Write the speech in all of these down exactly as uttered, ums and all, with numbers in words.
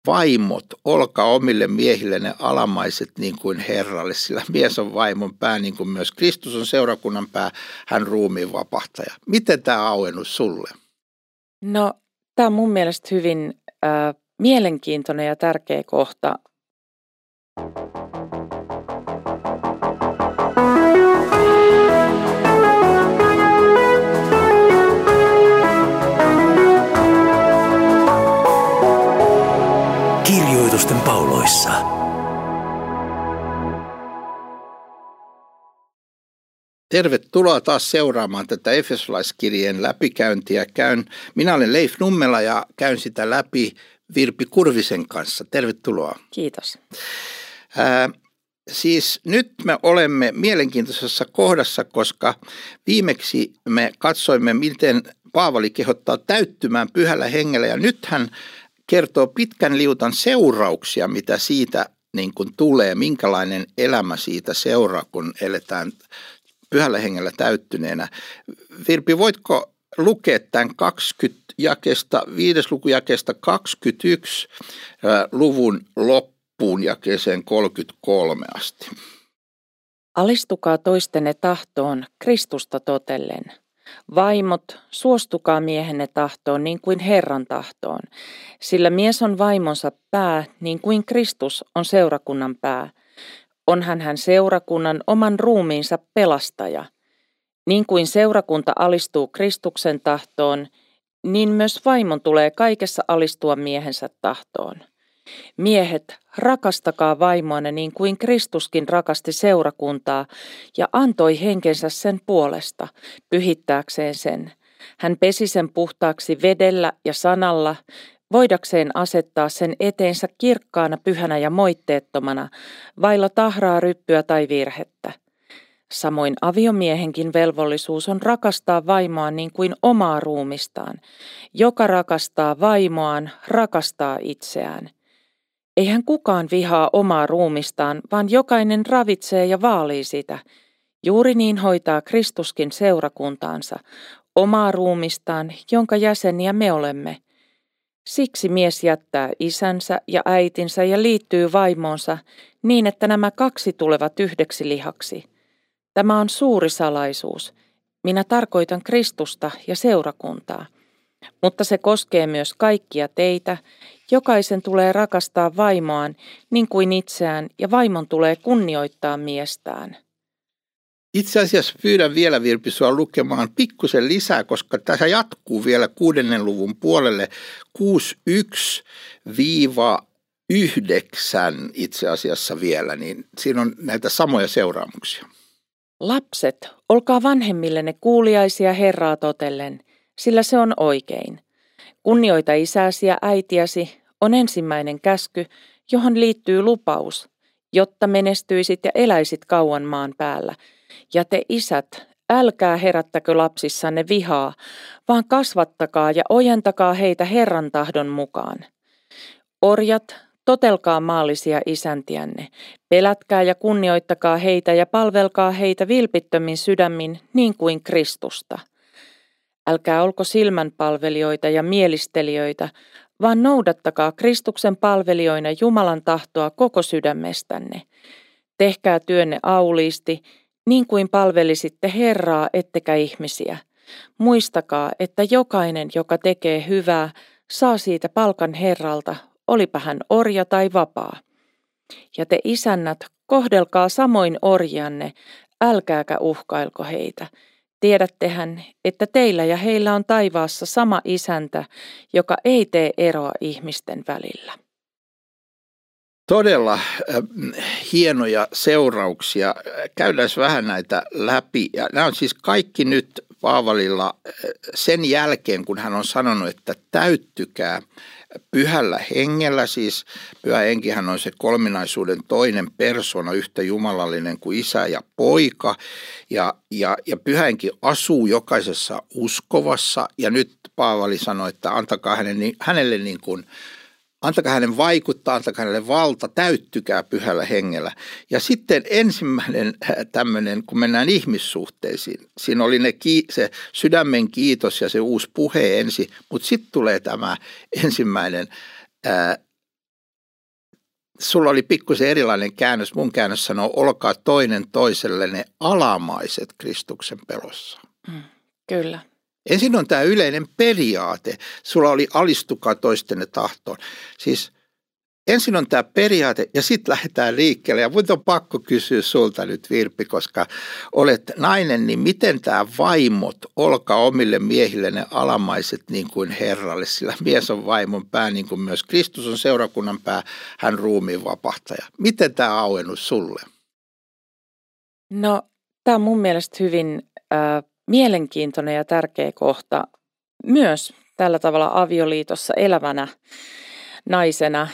vaimot, olkaa omille miehillenne alamaiset niin kuin Herralle, sillä mies on vaimon pää, niin kuin myös Kristus on seurakunnan pää, hän ruumiin vapahtaja. Miten tämä on auennut sulle? No, tämä on mun mielestä hyvin äh, mielenkiintoinen ja tärkeä kohta. Kirjoitusten pauloissa. Tervetuloa taas seuraamaan tätä Efesolaiskirjeen läpikäyntiä. Käyn, minä olen Leif Nummela ja käyn sitä läpi Virpi Kurvisen kanssa. Tervetuloa. Kiitos. Ää, siis nyt me olemme mielenkiintoisessa kohdassa, koska viimeksi me katsoimme, miten Paavali kehottaa täyttymään pyhällä hengellä, ja nyt hän kertoo pitkän liutan seurauksia, mitä siitä niin kuin tulee, minkälainen elämä siitä seuraa, kun eletään pyhällä hengellä täyttyneenä. Virpi, voitko lukea tämän kaksikymmentä jakesta, viides luku jakesta kaksikymmentäyksi luvun loppuun jakeeseen kolmekymmentäkolme asti? Alistukaa toistenne tahtoon Kristusta totellen. Vaimot, suostukaa miehenne tahtoon niin kuin Herran tahtoon, sillä mies on vaimonsa pää niin kuin Kristus on seurakunnan pää. Onhan hän seurakunnan oman ruumiinsa pelastaja. Niin kuin seurakunta alistuu Kristuksen tahtoon, niin myös vaimon tulee kaikessa alistua miehensä tahtoon. Miehet, rakastakaa vaimoanne niin kuin Kristuskin rakasti seurakuntaa ja antoi henkensä sen puolesta, pyhittääkseen sen. Hän pesi sen puhtaaksi vedellä ja sanalla, voidakseen asettaa sen eteensä kirkkaana, pyhänä ja moitteettomana, vailla tahraa, ryppyä tai virhettä. Samoin aviomiehenkin velvollisuus on rakastaa vaimoaan niin kuin omaa ruumistaan. Joka rakastaa vaimoaan, rakastaa itseään. Eihän kukaan vihaa omaa ruumistaan, vaan jokainen ravitsee ja vaalii sitä. Juuri niin hoitaa Kristuskin seurakuntaansa, omaa ruumistaan, jonka jäseniä me olemme. Siksi mies jättää isänsä ja äitinsä ja liittyy vaimoonsa niin, että nämä kaksi tulevat yhdeksi lihaksi. Tämä on suuri salaisuus. Minä tarkoitan Kristusta ja seurakuntaa. Mutta se koskee myös kaikkia teitä. Jokaisen tulee rakastaa vaimoaan niin kuin itseään ja vaimon tulee kunnioittaa miestään. Itse asiassa pyydän vielä, Virpi, sinua lukemaan pikkusen lisää, koska tässä jatkuu vielä kuudennen luvun puolelle kuusikymmentäyksi yhdeksän itse asiassa vielä, niin siinä on näitä samoja seuraamuksia. Lapset, olkaa vanhemmillenne kuuliaisia Herraa totellen, sillä se on oikein. Kunnioita isäsi ja äitiäsi on ensimmäinen käsky, johon liittyy lupaus, jotta menestyisit ja eläisit kauan maan päällä. Ja te isät, älkää herättäkö lapsissanne vihaa, vaan kasvattakaa ja ojentakaa heitä Herran tahdon mukaan. Orjat, totelkaa maallisia isäntiänne, pelätkää ja kunnioittakaa heitä ja palvelkaa heitä vilpittömin sydämin niin kuin Kristusta. Älkää olko silmänpalvelijoita ja mielistelijöitä, vaan noudattakaa Kristuksen palvelijoina Jumalan tahtoa koko sydämestänne. Tehkää työnne auliisti, niin kuin palvelisitte Herraa ettekä ihmisiä. Muistakaa, että jokainen, joka tekee hyvää, saa siitä palkan Herralta, olipa hän orja tai vapaa. Ja te isännät, kohdelkaa samoin orjianne, älkääkä uhkailko heitä. Tiedättehän, että teillä ja heillä on taivaassa sama isäntä, joka ei tee eroa ihmisten välillä. Todella äh, hienoja seurauksia. Käydään vähän näitä läpi. Ja nämä on siis kaikki nyt Paavalilla sen jälkeen, kun hän on sanonut, että täyttykää pyhällä hengellä. Siis pyhä henkihän on se kolminaisuuden toinen persona, yhtä jumalallinen kuin isä ja poika. Ja, ja, ja pyhä henki asuu jokaisessa uskovassa. Ja nyt Paavali sanoi, että antakaa hänelle, hänelle niin kuin Antakaa hänen vaikuttaa, antakaa hänelle valta, täyttykää pyhällä hengellä. Ja sitten ensimmäinen tämmöinen, kun mennään ihmissuhteisiin, siinä oli ne, se sydämen kiitos ja se uusi puhe ensin, mutta sitten tulee tämä ensimmäinen ää, sulla oli pikkusen erilainen käännös. Mun käännös sanoo, olkaa toinen toisellenne alamaiset Kristuksen pelossa. Mm, kyllä. Ensin on tämä yleinen periaate. Sulla oli alistukaa toistenne tahtoon. Siis ensin on tämä periaate ja sitten lähdetään liikkeelle. Ja mun on pakko kysyä sulta nyt, Virpi, koska olet nainen, niin miten tämä vaimot, olkaa omille miehille ne alamaiset niin kuin Herralle, sillä mies on vaimon pää, niin kuin myös Kristus on seurakunnan pää, hän ruumiin vapahtaja. Miten tämä on auennut sulle? No, tämä on mun mielestä hyvin äh, mielenkiintoinen ja tärkeä kohta myös tällä tavalla avioliitossa elävänä naisena.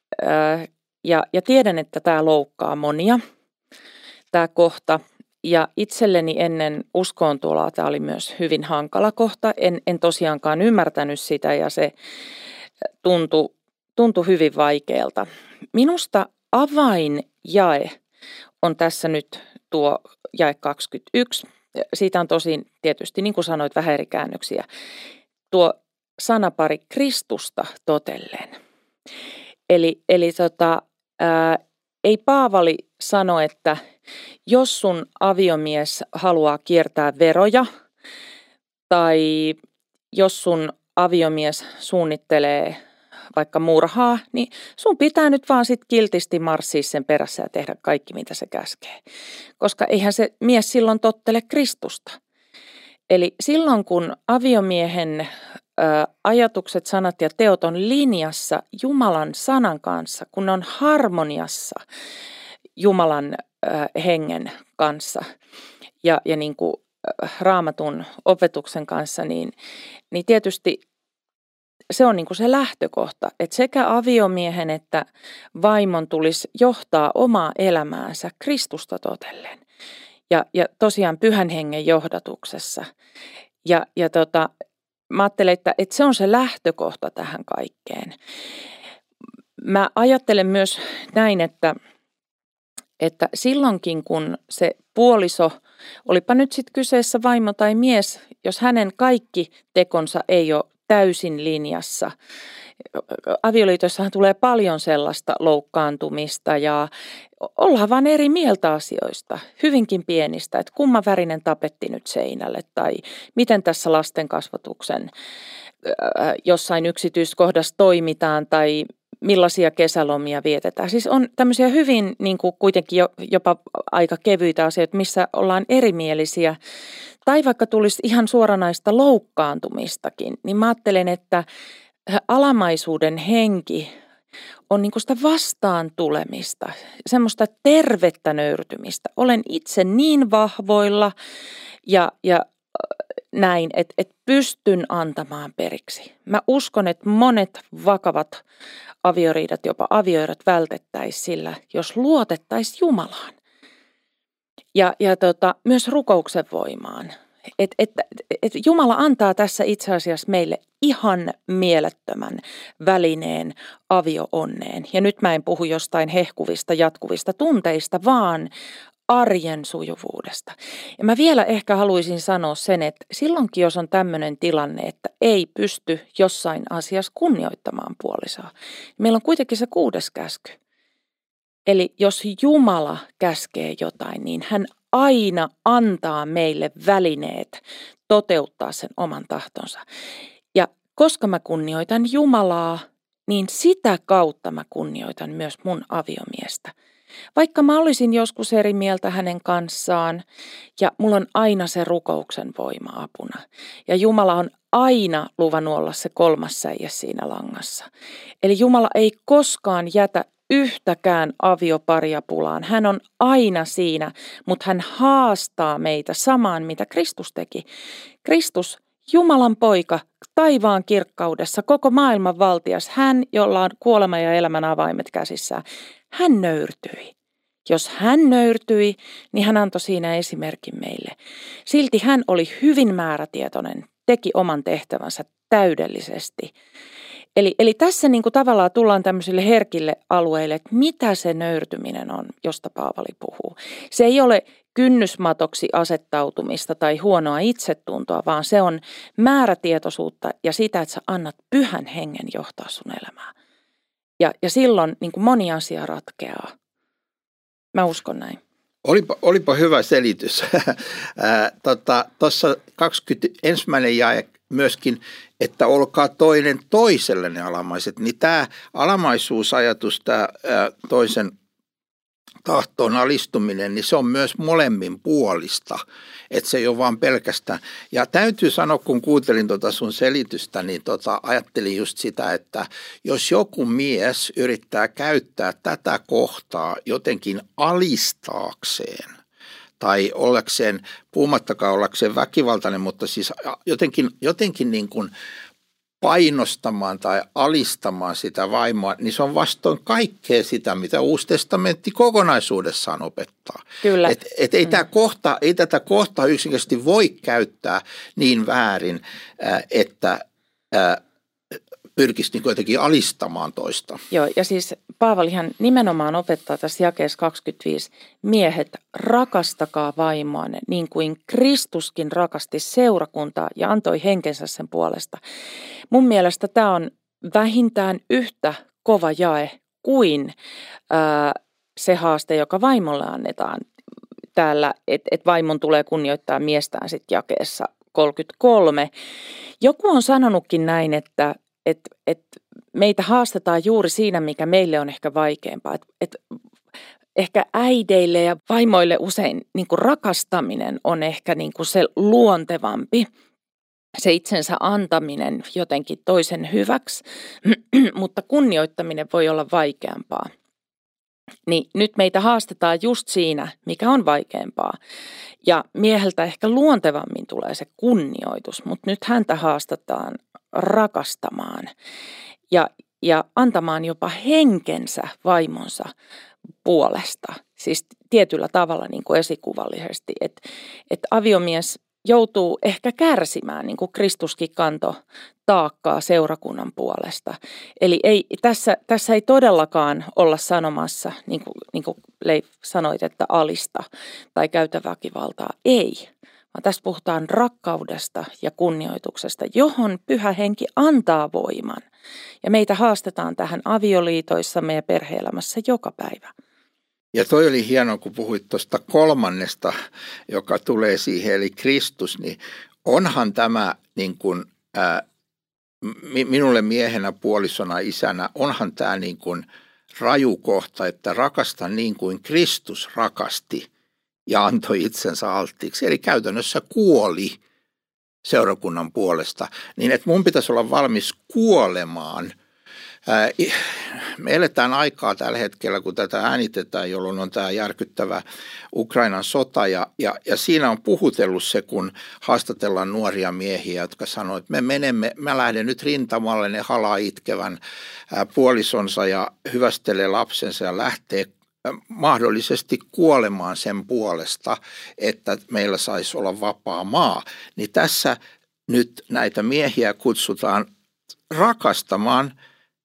Ja, ja tiedän, että tämä loukkaa monia, tämä kohta. Ja itselleni ennen uskoontuloa tämä oli myös hyvin hankala kohta. En, en tosiaankaan ymmärtänyt sitä ja se tuntui, tuntui hyvin vaikealta. Minusta avainjae on tässä nyt tuo jae kaksikymmentäyksi. Siitä on tosin tietysti, niin kuin sanoit, vähän eri käännöksiä. Tuo sanapari Kristusta totellen. Eli, eli tota, ää, ei Paavali sano, että jos sun aviomies haluaa kiertää veroja tai jos sun aviomies suunnittelee vaikka murhaa, niin sun pitää nyt vaan sit kiltisti marssia sen perässä ja tehdä kaikki, mitä se käskee. Koska eihän se mies silloin tottele Kristusta. Eli silloin, kun aviomiehen ajatukset, sanat ja teot on linjassa Jumalan sanan kanssa, kun ne on harmoniassa Jumalan hengen kanssa ja, ja niin kuin Raamatun opetuksen kanssa, niin, niin tietysti se on niin kuin se lähtökohta, että sekä aviomiehen että vaimon tulisi johtaa omaa elämäänsä Kristusta totellen ja, ja tosiaan pyhän hengen johdatuksessa. Ja, ja tota, mä ajattelen, että, että se on se lähtökohta tähän kaikkeen. Mä ajattelen myös näin, että, että silloinkin kun se puoliso, olipa nyt sitten kyseessä vaimo tai mies, jos hänen kaikki tekonsa ei ole täysin linjassa. Avioliitossahan tulee paljon sellaista loukkaantumista ja ollaan vaan eri mieltä asioista, hyvinkin pienistä, että kumman värinen tapetti nyt seinälle tai miten tässä lasten kasvatuksen jossain yksityiskohdassa toimitaan tai millaisia kesälomia vietetään. Siis on tämmöisiä hyvin niin kuin kuitenkin jo, jopa aika kevyitä asioita, missä ollaan erimielisiä. Tai vaikka tulisi ihan suoranaista loukkaantumistakin, niin mä ajattelen, että alamaisuuden henki on niin kuin sitä vastaan tulemista, semmoista tervettä nöyrtymistä. Olen itse niin vahvoilla ja, ja näin, että, että pystyn antamaan periksi. Mä uskon, että monet vakavat avioriidat, jopa avioerot vältettäisiin sillä, jos luotettaisiin Jumalaan. Ja, ja tota, myös rukouksen voimaan. Että et, et Jumala antaa tässä itse asiassa meille ihan mielettömän välineen avio-onneen. Ja nyt mä en puhu jostain hehkuvista, jatkuvista tunteista, vaan arjen sujuvuudesta. Ja mä vielä ehkä haluaisin sanoa sen, että silloinkin jos on tämmöinen tilanne, että ei pysty jossain asiassa kunnioittamaan puolisoa, niin meillä on kuitenkin se kuudes käsky. Eli jos Jumala käskee jotain, niin hän aina antaa meille välineet toteuttaa sen oman tahtonsa. Ja koska mä kunnioitan Jumalaa, niin sitä kautta mä kunnioitan myös mun aviomiestä. Vaikka mä olisin joskus eri mieltä hänen kanssaan ja mulla on aina se rukouksen voima apuna. Ja Jumala on aina luvannut olla se kolmas säijä siinä langassa. Eli Jumala ei koskaan jätä yhtäkään avioparia pulaan. Hän on aina siinä, mutta hän haastaa meitä samaan, mitä Kristus teki. Kristus, Jumalan poika, taivaan kirkkaudessa, koko maailman valtias, hän, jolla on kuolema ja elämän avaimet käsissään, hän nöyrtyi. Jos hän nöyrtyi, niin hän antoi siinä esimerkin meille. Silti hän oli hyvin määrätietoinen, teki oman tehtävänsä täydellisesti. Eli, eli tässä niin kuin tavallaan tullaan tämmöisille herkille alueille, että mitä se nöyrtyminen on, josta Paavali puhuu. Se ei ole kynnysmatoksi asettautumista tai huonoa itsetuntoa, vaan se on määrätietoisuutta ja sitä, että sä annat pyhän hengen johtaa sun elämää. Ja, ja silloin niin kuin moni asia ratkeaa. Mä uskon näin. Olipa, olipa hyvä selitys. Tuossa tota, kaksikymmentäensimmäinen jae myöskin, että olkaa toinen toiselle ne alamaiset. Niin tämä alamaisuusajatus, tämä toisen tahtoon alistuminen, niin se on myös molemmin puolista. Että se ei ole vaan pelkästään. Ja täytyy sanoa, kun kuuntelin tuota sun selitystä, niin tota, ajattelin just sitä, että jos joku mies yrittää käyttää tätä kohtaa jotenkin alistaakseen tai ollakseen, puhumattakaan ollakseen väkivaltainen, mutta siis jotenkin, jotenkin niin kuin painostamaan tai alistamaan sitä vaimoa, niin se on vastoin kaikkea sitä, mitä Uusi testamentti kokonaisuudessaan opettaa. Kyllä. Et, et ei, mm. tämä kohta, ei tätä kohtaa yksinkertaisesti voi käyttää niin väärin, että pyrkisi niin jotenkin alistamaan toista. Joo, ja siis Paavalihan nimenomaan opettaa tässä jakeessa kaksikymmentäviisi, miehet, rakastakaa vaimoanne niin kuin Kristuskin rakasti seurakuntaa ja antoi henkensä sen puolesta. Mun mielestä tämä on vähintään yhtä kova jae kuin ää, se haaste, joka vaimolle annetaan täällä, että et vaimon tulee kunnioittaa miestään sitten jakeessa kolmekymmentäkolme. Joku on sanonutkin näin, että et, et meitä haastetaan juuri siinä, mikä meille on ehkä vaikeampaa. Et, et ehkä äideille ja vaimoille usein niin kuin rakastaminen on ehkä niin kuin se luontevampi, se itsensä antaminen jotenkin toisen hyväksi, mutta kunnioittaminen voi olla vaikeampaa. Niin nyt meitä haastetaan just siinä, mikä on vaikeampaa. Ja mieheltä ehkä luontevammin tulee se kunnioitus, mutta nyt häntä haastetaan rakastamaan ja, ja antamaan jopa henkensä vaimonsa puolesta. Siis tietyllä tavalla niin kuin esikuvallisesti, että, että aviomies joutuu ehkä kärsimään, niin kuin Kristuskin kantoi taakkaa seurakunnan puolesta. Eli ei, tässä, tässä ei todellakaan olla sanomassa, niin kuin, niin kuin Leif sanoit, että alista tai käytä väkivaltaa. Ei, vaan tässä puhutaan rakkaudesta ja kunnioituksesta, johon Pyhä Henki antaa voiman. Ja meitä haastetaan tähän avioliitoissamme ja perhe-elämässä joka päivä. Ja toi oli hienoa, kun puhuit tuosta kolmannesta, joka tulee siihen, eli Kristus, niin onhan tämä niin kuin, ää, minulle miehenä, puolisona, isänä, onhan tämä niin kuin raju kohta, että rakasta niin kuin Kristus rakasti ja antoi itsensä alttiiksi. Eli käytännössä kuoli seurakunnan puolesta, niin että mun pitäisi olla valmis kuolemaan. Me eletään aikaa tällä hetkellä, kun tätä äänitetään, jolloin on tämä järkyttävä Ukrainan sota ja, ja, ja siinä on puhutellut se, kun haastatellaan nuoria miehiä, jotka sanoo, että me menemme, mä lähden nyt rintamalle, ne halaa itkevän puolisonsa ja hyvästelee lapsensa ja lähtee mahdollisesti kuolemaan sen puolesta, että meillä saisi olla vapaa maa. Niin tässä nyt näitä miehiä kutsutaan rakastamaan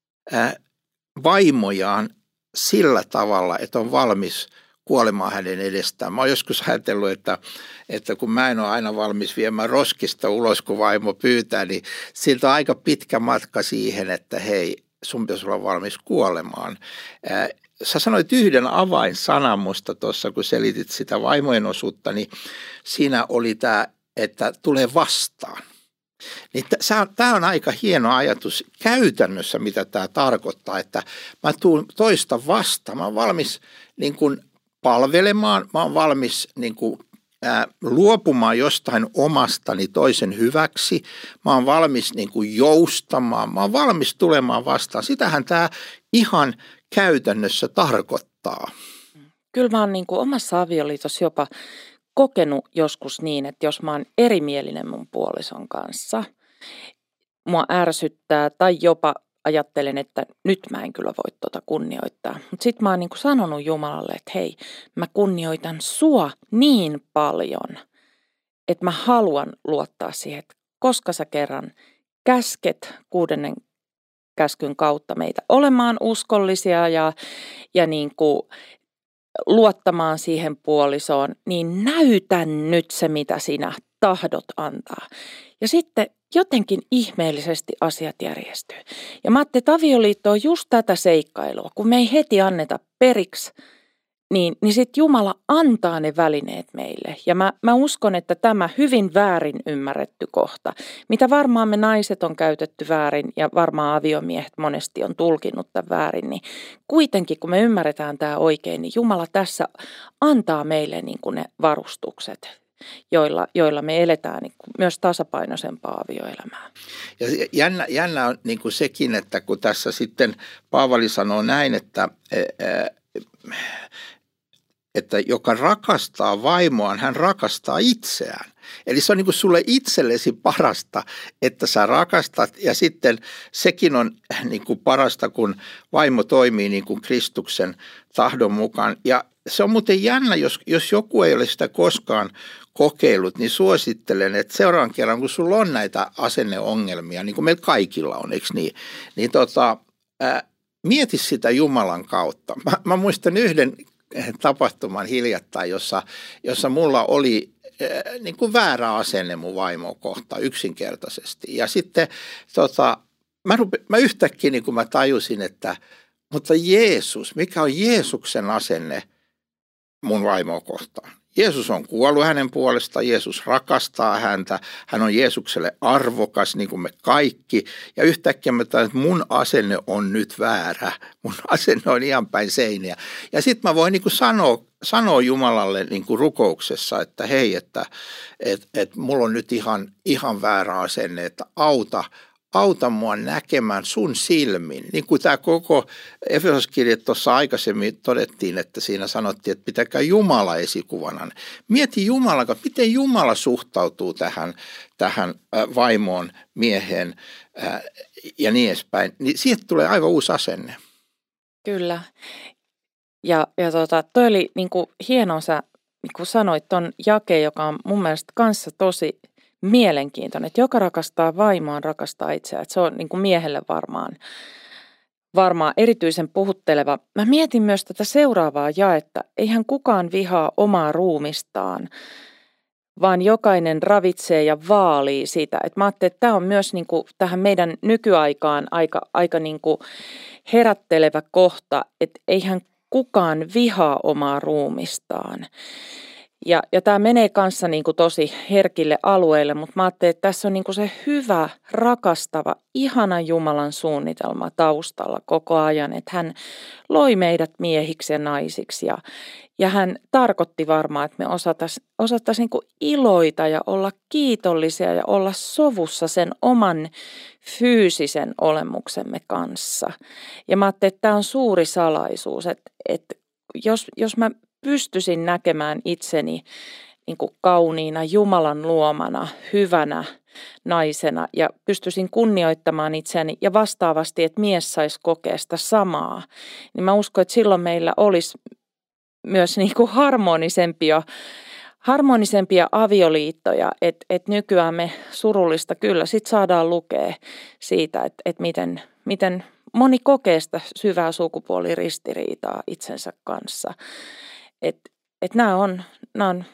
vaimojaan sillä tavalla, että on valmis kuolemaan hänen edestään. Mä oon joskus ajatellut, että, että kun mä en ole aina valmis viemään roskista ulos, kun vaimo pyytää, niin siltä on aika pitkä matka siihen, että hei, sun pitäisi olla valmis kuolemaan. Sä sanoit yhden avainsanan musta tuossa, kun selitit sitä vaimojen osuutta, niin siinä oli tämä, että tulee vastaan. Niin tämä on aika hieno ajatus käytännössä, mitä tämä tarkoittaa, että mä tuun toista vastaan. Mä oon valmis niin kuin palvelemaan, mä oon valmis niin kuin, ää, luopumaan jostain omastani toisen hyväksi. Mä oon valmis niin kuin joustamaan, mä oon valmis tulemaan vastaan. Sitähän tämä ihan käytännössä tarkoittaa. Kyllä mä oon niin kuin omassa avioliitossa jopa kokenut joskus niin, että jos mä oon erimielinen mun puolison kanssa, mua ärsyttää tai jopa ajattelen, että nyt mä en kyllä voi tota kunnioittaa. Mutta sit mä oon niin kuin sanonut Jumalalle, että hei, mä kunnioitan sua niin paljon, että mä haluan luottaa siihen, että koska sä kerran käsket kuudennen käskyn kautta meitä olemaan uskollisia ja, ja niin kuin luottamaan siihen puolisoon, niin näytä nyt se, mitä sinä tahdot antaa. Ja sitten jotenkin ihmeellisesti asiat järjestyy. Ja mä ajattelin, että avioliitto on just tätä seikkailua, kun me ei heti anneta periksi, niin, niin sitten Jumala antaa ne välineet meille. Ja mä, mä uskon, että tämä hyvin väärin ymmärretty kohta, mitä varmaan me naiset on käytetty väärin ja varmaan aviomiehet monesti on tulkinnut tämän väärin, niin kuitenkin kun me ymmärretään tämä oikein, niin Jumala tässä antaa meille niin kuin ne varustukset, joilla, joilla me eletään niin kuin myös tasapainoisempaa avioelämää. Ja jännä, jännä on niin kuin sekin, että kun tässä sitten Paavali sanoo näin, että että joka rakastaa vaimoaan, hän rakastaa itseään. Eli se on niin kuin sulle itsellesi parasta, että sä rakastat, ja sitten sekin on niin kuin parasta, kun vaimo toimii niin kuin Kristuksen tahdon mukaan. Ja se on muuten jännä, jos, jos joku ei ole sitä koskaan kokeillut, niin suosittelen, että seuraavan kerran, kun sulla on näitä asenneongelmia, niin kuin meillä kaikilla on, eikö niin, niin tota, ää, mieti sitä Jumalan kautta. Mä, mä muistan yhden tapahtuman hiljattain, jossa, jossa mulla oli äh, niin kuin väärä asenne mun vaimoa kohtaan yksinkertaisesti. Ja sitten tota, mä, rupe, mä yhtäkkiä niin kuin mä tajusin, että mutta Jeesus, mikä on Jeesuksen asenne mun vaimoa kohtaan? Jeesus on kuollut hänen puolestaan, Jeesus rakastaa häntä, hän on Jeesukselle arvokas niin kuin me kaikki. Ja yhtäkkiä mä tajun, että mun asenne on nyt väärä, mun asenne on ihan päin seiniä. Ja sitten mä voin niin kuin sanoa, sanoa Jumalalle niin kuin rukouksessa, että hei, että et, et mulla on nyt ihan, ihan väärä asenne, että auta. Auta mua näkemään sun silmin. Niin kuin tämä koko Efesoskirja tuossa aikaisemmin todettiin, että siinä sanottiin, että pitäkää Jumala esikuvana. Mieti Jumala, miten Jumala suhtautuu tähän, tähän vaimoon, mieheen ja niin edespäin. Niin siitä tulee aivan uusi asenne. Kyllä. Ja, ja tota, toi oli niin kuin hienoa, sä niin kuin sanoit ton jakeen, joka on mun mielestä kanssa tosi mielenkiintoinen, että joka rakastaa vaimoaan, rakastaa itseään. Että se on niin kuin miehelle varmaan, varmaan erityisen puhutteleva. Mä mietin myös tätä seuraavaa jaetta. Eihän kukaan vihaa omaa ruumistaan, vaan jokainen ravitsee ja vaalii sitä. Et mä ajattelin, että tämä on myös niin kuin tähän meidän nykyaikaan aika, aika niin kuin herättelevä kohta, että eihän kukaan vihaa omaa ruumistaan. Ja, ja tämä menee kanssa niin kuin tosi herkille alueille, mutta mä ajattelin, että tässä on niin kuin se hyvä, rakastava, ihana Jumalan suunnitelma taustalla koko ajan, että hän loi meidät miehiksi ja naisiksi ja, ja hän tarkoitti varmaan, että me osattaisiin osattais niin kuin iloita ja olla kiitollisia ja olla sovussa sen oman fyysisen olemuksemme kanssa. Ja mä ajattelin, että tämä on suuri salaisuus, että, että jos, jos mä pystyisin näkemään itseni niin kuin kauniina, Jumalan luomana, hyvänä naisena ja pystyisin kunnioittamaan itseäni ja vastaavasti, että mies saisi kokea sitä samaa, niin mä uskon, että silloin meillä olisi myös niin kuin harmonisempia, harmonisempia avioliittoja, että, että nykyään me surullista kyllä sit saadaan lukea siitä, että, että miten, miten moni kokee sitä syvää sukupuoliristiriitaa itsensä kanssa. Että et nämä on, nämä on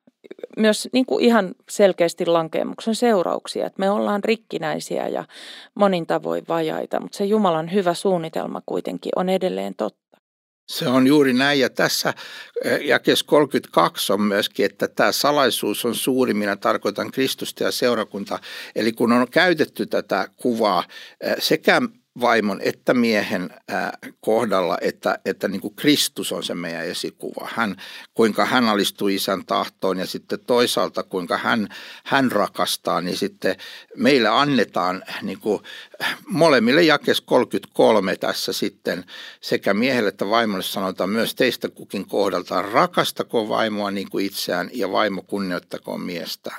myös niin kuin ihan selkeästi lankeemuksen seurauksia, että me ollaan rikkinäisiä ja monin tavoin vajaita, mutta se Jumalan hyvä suunnitelma kuitenkin on edelleen totta. Se on juuri näin, ja tässä jakeessa kolmekymmentäkaksi on myöskin, että tämä salaisuus on suuri, minä tarkoitan Kristusta ja seurakunta. Eli kun on käytetty tätä kuvaa sekä vaimon että miehen kohdalla, että, että niin kuin Kristus on se meidän esikuva. Hän, kuinka hän alistuu isän tahtoon ja sitten toisaalta kuinka hän, hän rakastaa, niin sitten meille annetaan niin kuin molemmille jakeessa kolmekymmentäkolme tässä sitten sekä miehelle että vaimolle sanotaan myös teistä kukin kohdaltaan rakastako vaimoa niin kuin itseään ja vaimo kunnioittakoon miestään.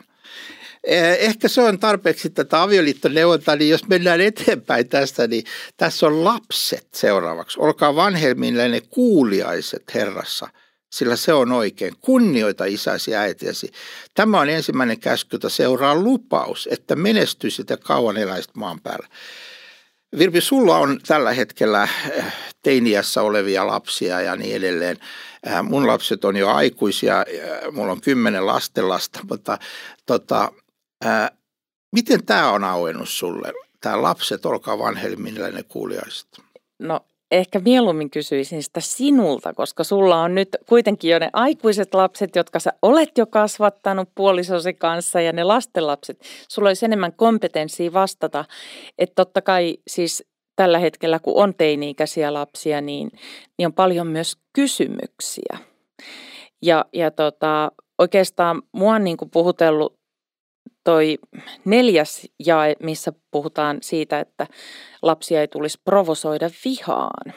Ehkä se on tarpeeksi tätä avioliittoneuvontaa, niin jos mennään eteenpäin tästä, niin tässä on lapset seuraavaksi. Olkaa vanhemmillenne kuuliaiset Herrassa, sillä se on oikein. Kunnioita isäsi ja äitiäsi. Tämä on ensimmäinen käsky, jota seuraa lupaus, että menestyisit ja kauan eläisit maan päällä. Virpi, sulla on tällä hetkellä teiniässä olevia lapsia ja niin edelleen. Mun lapset on jo aikuisia, mulla on kymmenen lastenlasta, mutta tota, Miten tämä on auennut sulle? Tämä lapset, olkaa vanhemmillanne kuulijaiset. No ehkä mieluummin kysyisin sitä sinulta, koska sulla on nyt kuitenkin jo ne aikuiset lapset, jotka sä olet jo kasvattanut puolisosi kanssa ja ne lastenlapset. Sulla olisi enemmän kompetenssia vastata, että totta kai siis tällä hetkellä kun on teini-ikäisiä lapsia, niin, niin on paljon myös kysymyksiä. Ja, ja tota, oikeastaan mua on niin kuin puhutellut toi neljäs jae, missä puhutaan siitä, että lapsia ei tulisi provosoida vihaan.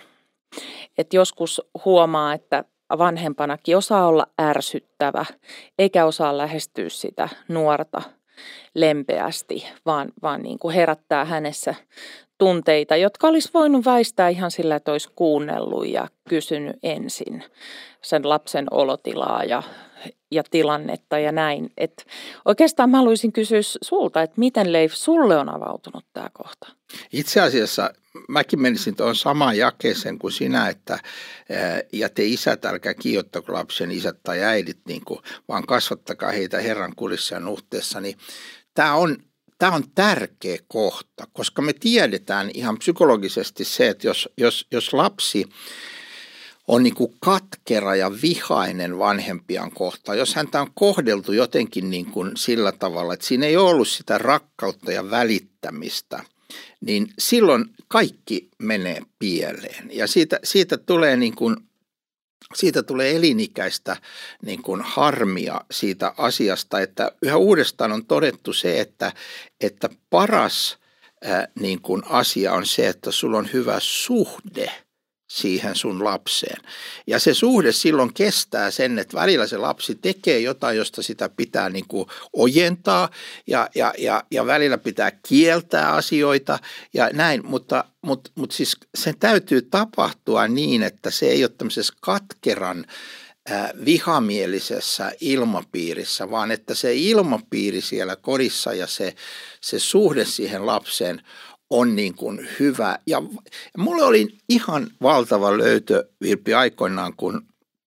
Et joskus huomaa, että vanhempanakin osaa olla ärsyttävä, eikä osaa lähestyä sitä nuorta lempeästi, vaan, vaan niin kuin herättää hänessä tunteita, jotka olisi voinut väistää ihan sillä, että olisi kuunnellut ja kysynyt ensin sen lapsen olotilaa ja, ja tilannetta ja näin. Et oikeastaan mä haluaisin kysyä sulta, että miten Leif sulle on avautunut tämä kohta? Itse asiassa mäkin menisin tuohon samaan jakeeseen kuin sinä, että ja te isät, älkää kiihottako lapsen isät tai äidit, niin kuin, vaan kasvattakaa heitä Herran kurissa ja nuhteessa, niin tämä on Tämä on tärkeä kohta, koska me tiedetään ihan psykologisesti se, että jos, jos, jos lapsi on niin kuin katkera ja vihainen vanhempiaan kohtaan, jos häntä on kohdeltu jotenkin niin kuin sillä tavalla, että siinä ei ollut sitä rakkautta ja välittämistä, niin silloin kaikki menee pieleen ja siitä, siitä tulee niin kuin Siitä tulee elinikäistä niin kuin harmia siitä asiasta, että yhä uudestaan on todettu se, että, että paras ää, niin kuin asia on se, että sulla on hyvä suhde siihen sun lapseen. Ja se suhde silloin kestää sen, että välillä se lapsi tekee jotain, josta sitä pitää niin kuin ojentaa ja, ja, ja, ja välillä pitää kieltää asioita ja näin, mutta, mutta, mutta siis sen täytyy tapahtua niin, että se ei ole tämmöisessä katkeran äh, vihamielisessä ilmapiirissä, vaan että se ilmapiiri siellä kodissa ja se, se suhde siihen lapseen on niin kuin hyvä. Ja mulle oli ihan valtava löytö, Virpi, aikoinaan, kun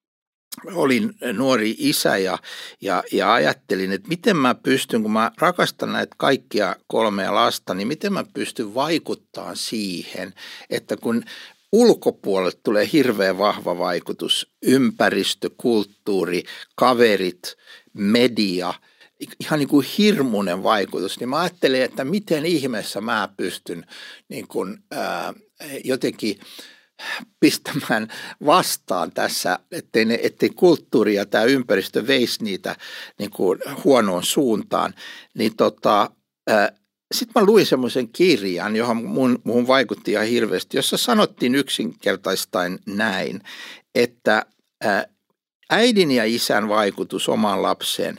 olin nuori isä ja, ja, ja ajattelin, että miten mä pystyn, kun mä rakastan näitä kaikkia kolmea lasta, niin miten mä pystyn vaikuttamaan siihen, että kun ulkopuolelle tulee hirveän vahva vaikutus, ympäristö, kulttuuri, kaverit, media, ihan niin kuin hirmuinen vaikutus, niin mä ajattelin, että miten ihmeessä mä pystyn niin kuin, ää, jotenkin pistämään vastaan tässä, ettei, ne, ettei kulttuuri ja tämä ympäristö veisi niitä niin kuin huonoon suuntaan. Niin tota, sitten mä luin semmoisen kirjan, johon mun, mun vaikutti ihan hirveästi, jossa sanottiin yksinkertaistain näin, että ää, äidin ja isän vaikutus omaan lapseen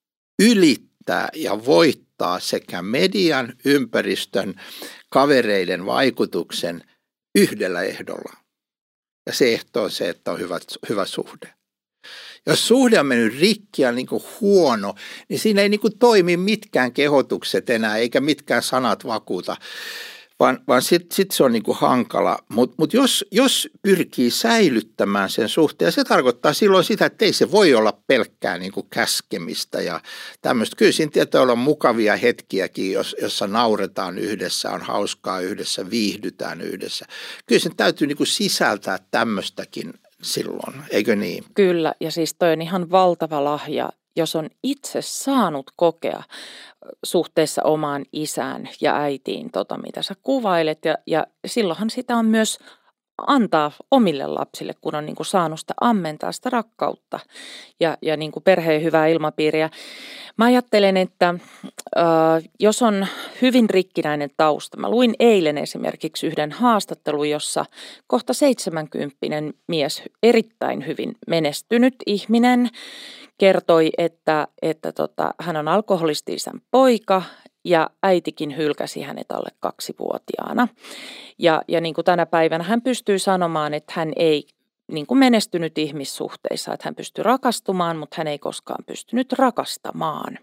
ylittää ja voittaa sekä median, ympäristön, kavereiden vaikutuksen yhdellä ehdolla. Ja se ehto on se, että on hyvä, hyvä suhde. Jos suhde on mennyt rikki ja niin kuin huono, niin siinä ei niin kuin toimi mitkään kehotukset enää, eikä mitkään sanat vakuuta, vaan, vaan sitten sit se on niin kuin hankala. Mutta mut jos, jos pyrkii säilyttämään sen suhteen, se tarkoittaa silloin sitä, että ei se voi olla pelkkää niin kuin käskemistä ja tämmöistä. Kyllä siinä tietää olla mukavia hetkiäkin, jos, jossa nauretaan yhdessä, on hauskaa yhdessä, viihdytään yhdessä. Kyllä sen täytyy niin kuin sisältää tämmöistäkin silloin, eikö niin? Kyllä, ja siis toi on ihan valtava lahja, jos on itse saanut kokea suhteessa omaan isään ja äitiin, tota mitä sä kuvailet, ja, ja silloinhan sitä on myös antaa omille lapsille, kun on niin kuin saanut sitä ammentaa sitä rakkautta ja, ja niin kuin perheen hyvää ilmapiiriä. Mä ajattelen, että äh, jos on hyvin rikkinäinen tausta, mä luin eilen esimerkiksi yhden haastattelun, jossa kohta seitsemänkymppinen mies, erittäin hyvin menestynyt ihminen, kertoi, että, että tota, hän on alkoholisti-isän poika ja äitikin hylkäsi hänet alle kaksivuotiaana. Ja, ja niin kuin tänä päivänä hän pystyy sanomaan, että hän ei niin kuin menestynyt ihmissuhteissa, että hän pystyy rakastumaan, mutta hän ei koskaan pystynyt rakastamaan.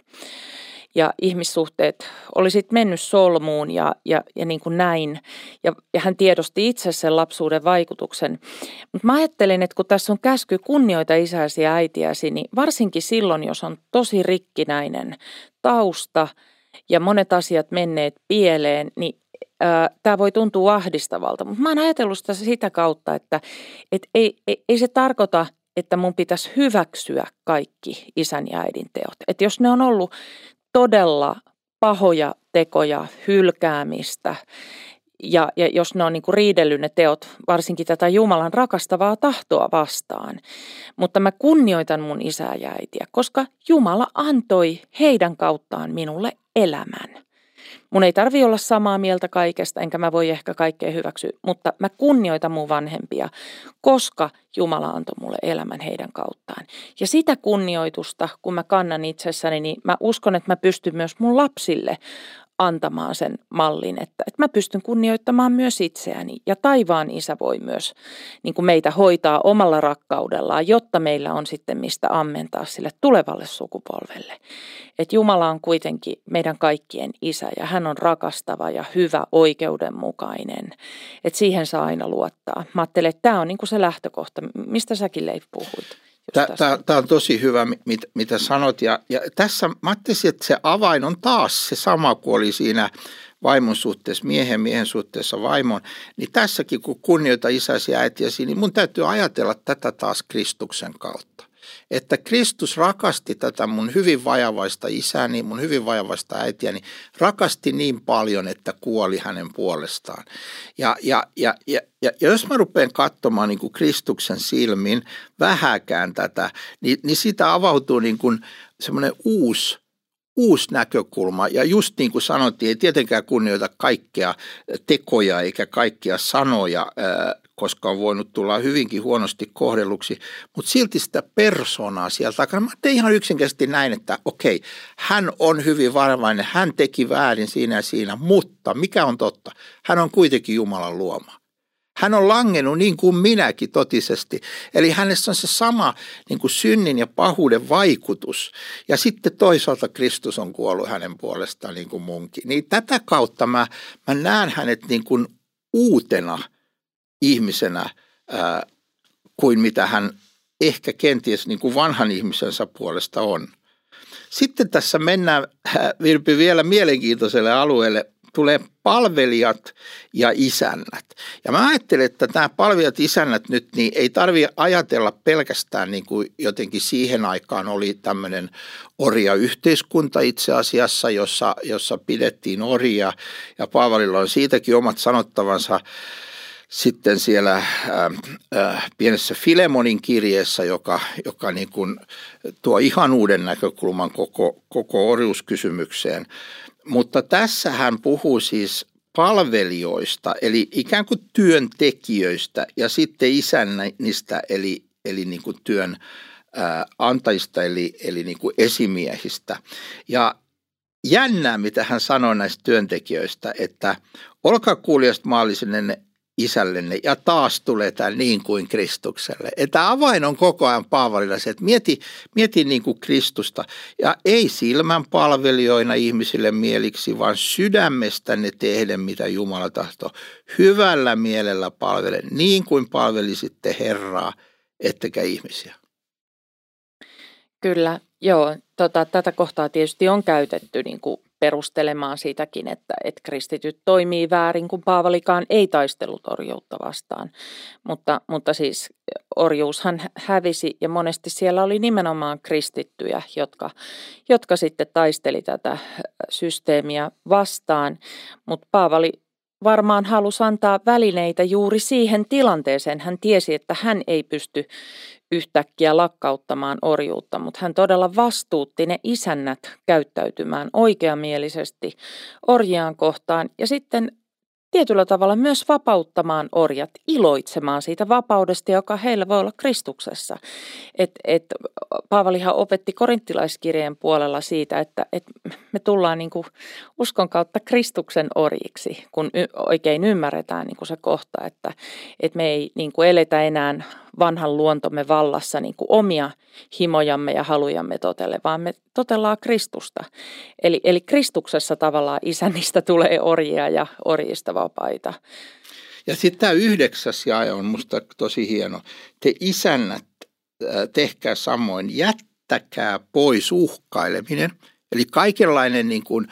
Ja ihmissuhteet oli sitten mennyt solmuun ja, ja, ja niin kuin näin. Ja, ja hän tiedosti itse sen lapsuuden vaikutuksen. Mutta mä ajattelen, että kun tässä on käsky kunnioita isäsi ja äitiäsi, niin varsinkin silloin, jos on tosi rikkinäinen tausta, ja monet asiat menneet pieleen, niin tämä voi tuntua ahdistavalta. Mutta mä oon ajatellut sitä, sitä kautta, että et ei, ei, ei se tarkoita, että mun pitäisi hyväksyä kaikki isän ja äidin teot. Että jos ne on ollut todella pahoja tekoja, hylkäämistä, ja, ja jos ne on niin kuin riidellyt ne teot, varsinkin tätä Jumalan rakastavaa tahtoa vastaan. Mutta mä kunnioitan mun isää ja äitiä, koska Jumala antoi heidän kauttaan minulle elämän. Mun ei tarvitse olla samaa mieltä kaikesta, enkä mä voi ehkä kaikkea hyväksyä, mutta mä kunnioitan mun vanhempia, koska Jumala antoi mulle elämän heidän kauttaan. Ja sitä kunnioitusta, kun mä kannan itsessäni, niin mä uskon, että mä pystyn myös mun lapsille antamaan sen mallin, että, että mä pystyn kunnioittamaan myös itseäni. Ja taivaan isä voi myös niin kuin meitä hoitaa omalla rakkaudellaan, jotta meillä on sitten mistä ammentaa sille tulevalle sukupolvelle. Että Jumala on kuitenkin meidän kaikkien isä ja hän on rakastava ja hyvä, oikeudenmukainen. Että siihen saa aina luottaa. Mä ajattelen, että tämä on niin kuin se lähtökohta, mistä säkin Leif puhuit. Tämä on tosi hyvä, mit, mitä sanot. Ja, ja tässä mä ajattelin, että se avain on taas se sama kuin oli siinä vaimon suhteessa miehen, miehen suhteessa vaimon. Niin tässäkin, kun kunnioita isäsi ja äitiäsi, niin mun täytyy ajatella tätä taas Kristuksen kautta. Että Kristus rakasti tätä mun hyvin vajavaista isäni, mun hyvin vajavaista äitiäni, rakasti niin paljon, että kuoli hänen puolestaan. Ja, ja, ja, ja, ja jos mä rupean katsomaan niin kuin Kristuksen silmin vähäkään tätä, niin, niin siitä avautuu niin kuin semmoinen uusi, uusi näkökulma. Ja just niin kuin sanottiin, ei tietenkään kunnioita kaikkea tekoja eikä kaikkia sanoja, koska on voinut tulla hyvinkin huonosti kohdelluksi, mutta silti sitä persoonaa sieltä takana. Mä tein ihan yksinkertaisesti näin, että okei, hän on hyvin varovainen, hän teki väärin siinä ja siinä, mutta mikä on totta? Hän on kuitenkin Jumalan luoma. Hän on langennut niin kuin minäkin totisesti. Eli hänessä on se sama niin kuin synnin ja pahuuden vaikutus. Ja sitten toisaalta Kristus on kuollut hänen puolestaan niin kuin munkin. Niin tätä kautta mä, mä näen hänet niin kuin uutena ihmisenä ää, kuin mitä hän ehkä kenties niin kuin vanhan ihmisensä puolesta on. Sitten tässä mennään, Virpi, vielä mielenkiintoiselle alueelle. Tulee palvelijat ja isännät. Ja mä ajattelen, että nämä palvelijat isännät nyt, niin ei tarvitse ajatella pelkästään niin kuin jotenkin siihen aikaan oli tämmöinen orjayhteiskunta itse asiassa, jossa, jossa pidettiin orjia. Ja Paavalilla on siitäkin omat sanottavansa. Sitten siellä äh, äh, pienessä Filemonin kirjeessä, joka, joka niin kuin tuo ihan uuden näkökulman koko, koko orjuuskysymykseen. Mutta tässä hän puhuu siis palvelijoista, eli ikään kuin työntekijöistä ja sitten isännistä, eli, eli niin kuin työn äh, antajista, eli, eli niin kuin esimiehistä. Ja jännää, mitä hän sanoi näistä työntekijöistä, että olkaa kuulijasta maallisenne isällenne ja taas tulee tämä niin kuin Kristukselle. Että avain on koko ajan Paavalilla se, että mieti, mieti niin kuin Kristusta ja ei silmän palvelijoina ihmisille mieliksi, vaan sydämestänne tehden, mitä Jumala tahtoo. Hyvällä mielellä palvele, niin kuin palvelisitte Herraa, ettekä ihmisiä. Kyllä, joo. Tota, tätä kohtaa tietysti on käytetty niin kuin perustelemaan sitäkin, että, että kristityt toimii väärin, kun Paavalikaan ei taistellut orjuutta vastaan. Mutta, mutta siis orjuushan hävisi ja monesti siellä oli nimenomaan kristittyjä, jotka, jotka sitten taisteli tätä systeemiä vastaan. Mutta Paavali varmaan halusi antaa välineitä juuri siihen tilanteeseen. Hän tiesi, että hän ei pysty yhtäkkiä lakkauttamaan orjuutta, mutta hän todella vastuutti ne isännät käyttäytymään oikeamielisesti orjiaan kohtaan ja sitten tietyllä tavalla myös vapauttamaan orjat, iloitsemaan siitä vapaudesta, joka heillä voi olla Kristuksessa. Et, et, Paavalihan opetti korinttilaiskirjeen puolella siitä, että et me tullaan niinku uskon kautta Kristuksen orjiksi, kun y- oikein ymmärretään niinku se kohta, että et me ei niinku eletä enää vanhan luontomme vallassa niinku omia himojamme ja halujamme totelle, vaan me totellaan Kristusta. Eli, eli Kristuksessa tavallaan isännistä tulee orjia ja orjista vapaita. Ja sitten tämä yhdeksäs jae on musta tosi hieno. Te isännät, tehkää samoin, jättäkää pois uhkaileminen. Eli kaikenlainen niin kuin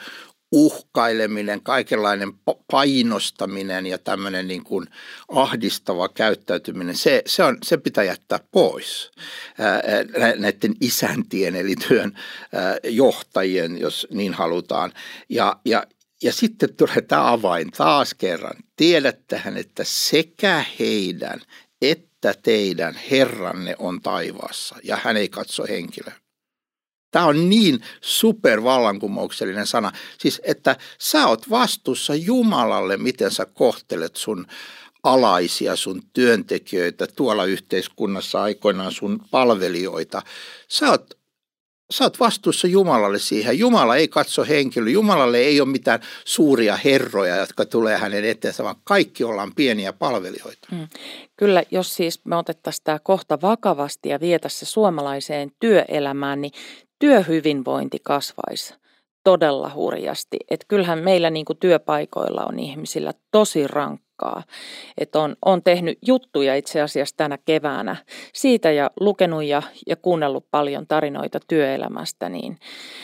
uhkaileminen, kaikenlainen painostaminen ja tämmöinen niin kuin ahdistava käyttäytyminen, se, se, on, se pitää jättää pois ää, näiden isäntien eli työn ää, johtajien, jos niin halutaan. Ja, ja, ja sitten tulee tämä avain taas kerran. Tiedättehän, että sekä heidän että teidän Herranne on taivaassa ja hän ei katso henkilöä. Tämä on niin supervallankumouksellinen sana. Siis, että sä oot vastuussa Jumalalle, miten sä kohtelet sun alaisia, sun työntekijöitä, tuolla yhteiskunnassa aikoinaan sun palvelijoita. Sä oot, sä oot vastuussa Jumalalle siihen. Jumala ei katso henkilöä. Jumalalle ei ole mitään suuria herroja, jotka tulee hänen eteensä, vaan kaikki ollaan pieniä palvelijoita. Mm. Kyllä, jos siis me otettaisiin tämä kohta vakavasti ja vietäisiin se suomalaiseen työelämään, niin työhyvinvointi kasvaisi todella hurjasti. Että kyllähän meillä niin kuin työpaikoilla on ihmisillä tosi rankkaa. Että on, on tehnyt juttuja itse asiassa tänä keväänä siitä ja lukenut ja, ja kuunnellut paljon tarinoita työelämästä. Niin,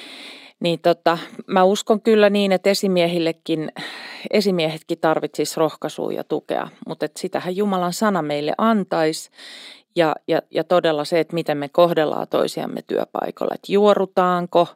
niin tota, mä uskon kyllä niin, että esimiehillekin, esimiehetkin tarvitsisi rohkaisua ja tukea. Mutta sitähän Jumalan sana meille antaisi. Ja, ja, ja todella se, että miten me kohdellaan toisiamme työpaikalla, että juorutaanko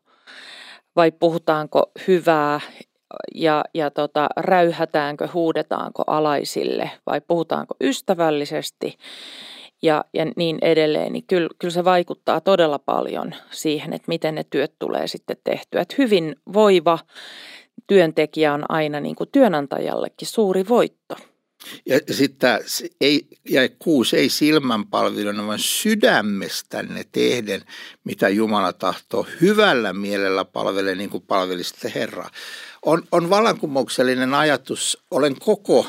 vai puhutaanko hyvää ja, ja tota, räyhätäänkö, huudetaanko alaisille vai puhutaanko ystävällisesti ja, ja niin edelleen. Niin kyllä, kyllä se vaikuttaa todella paljon siihen, että miten ne työt tulee sitten tehtyä. Että hyvinvoiva työntekijä on aina niin kuin työnantajallekin suuri voitto. Ja sitten ei, ja kuusi, ei silmänpalveluna, vaan sydämestänne tehden, mitä Jumala tahtoo, hyvällä mielellä palvelee, niin kuin palvelisitte Herraa. On, on vallankumouksellinen ajatus, olen koko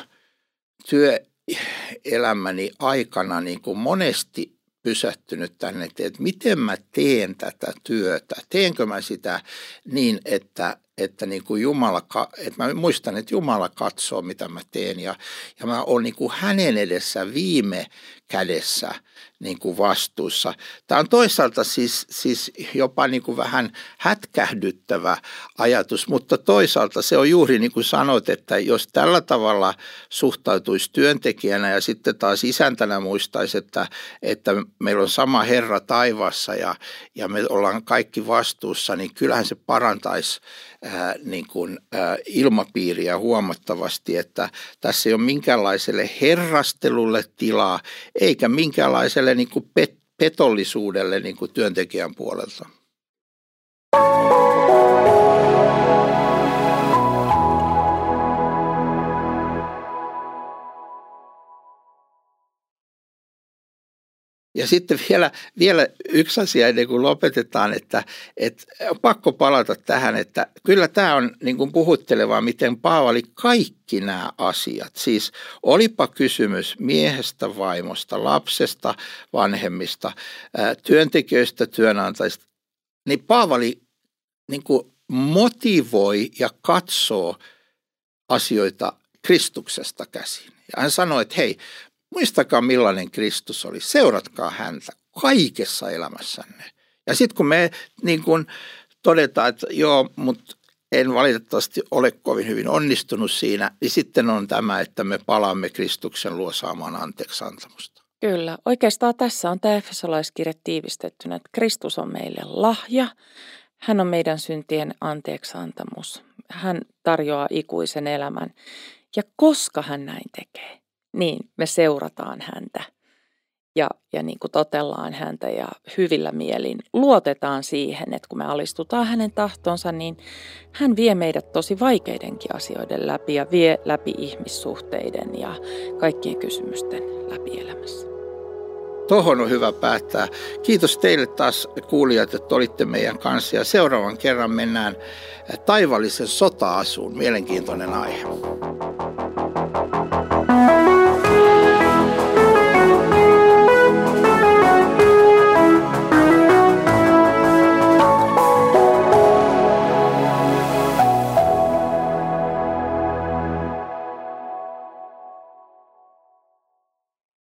työelämäni aikana niin kuin monesti pysähtynyt tänne, että miten mä teen tätä työtä, teenkö mä sitä niin, että että niin kuin Jumala, että mä muistan, että Jumala katsoo, mitä mä teen ja, ja mä oon niin kuin hänen edessä viime kädessä niin kuin vastuussa. Tämä on toisaalta siis, siis jopa niin kuin vähän hätkähdyttävä ajatus, mutta toisaalta se on juuri niin kuin sanot, että jos tällä tavalla suhtautuisi työntekijänä ja sitten taas isäntänä muistaisi, että, että meillä on sama Herra taivaassa ja, ja me ollaan kaikki vastuussa, niin kyllähän se parantaisi Ää, niin kuin, ää, ilmapiiriä huomattavasti, että tässä ei ole minkäänlaiselle herrastelulle tilaa, eikä minkäänlaiselle niin kuin pet- petollisuudelle niin kuin työntekijän puolelta. Ja sitten vielä, vielä yksi asia ennen kuin lopetetaan, että, että on pakko palata tähän, että kyllä tämä on niin kuin puhuttelevaa, miten Paavali kaikki nämä asiat, siis olipa kysymys miehestä, vaimosta, lapsesta, vanhemmista, työntekijöistä, työnantajista, niin Paavali niin kuin motivoi ja katsoo asioita Kristuksesta käsin. Ja hän sanoi, että hei, muistakaa millainen Kristus oli, seuratkaa häntä kaikessa elämässänne. Ja sitten kun me niin kun todetaan, että joo, mutta en valitettavasti ole kovin hyvin onnistunut siinä, niin sitten on tämä, että me palaamme Kristuksen luo saamaan anteeksiantamusta. Kyllä, oikeastaan tässä on tämä Efesolaiskirje tiivistettynä, että Kristus on meille lahja, hän on meidän syntien anteeksiantamus, hän tarjoaa ikuisen elämän ja koska hän näin tekee, niin me seurataan häntä ja, ja niin kuin totellaan häntä ja hyvillä mielin luotetaan siihen, että kun me alistutaan hänen tahtonsa, niin hän vie meidät tosi vaikeidenkin asioiden läpi ja vie läpi ihmissuhteiden ja kaikkien kysymysten läpi elämässä. Tuohon on hyvä päättää. Kiitos teille taas kuulijat, että olitte meidän kanssa ja seuraavan kerran mennään taivaallisen sota-asuun. Mielenkiintoinen aihe.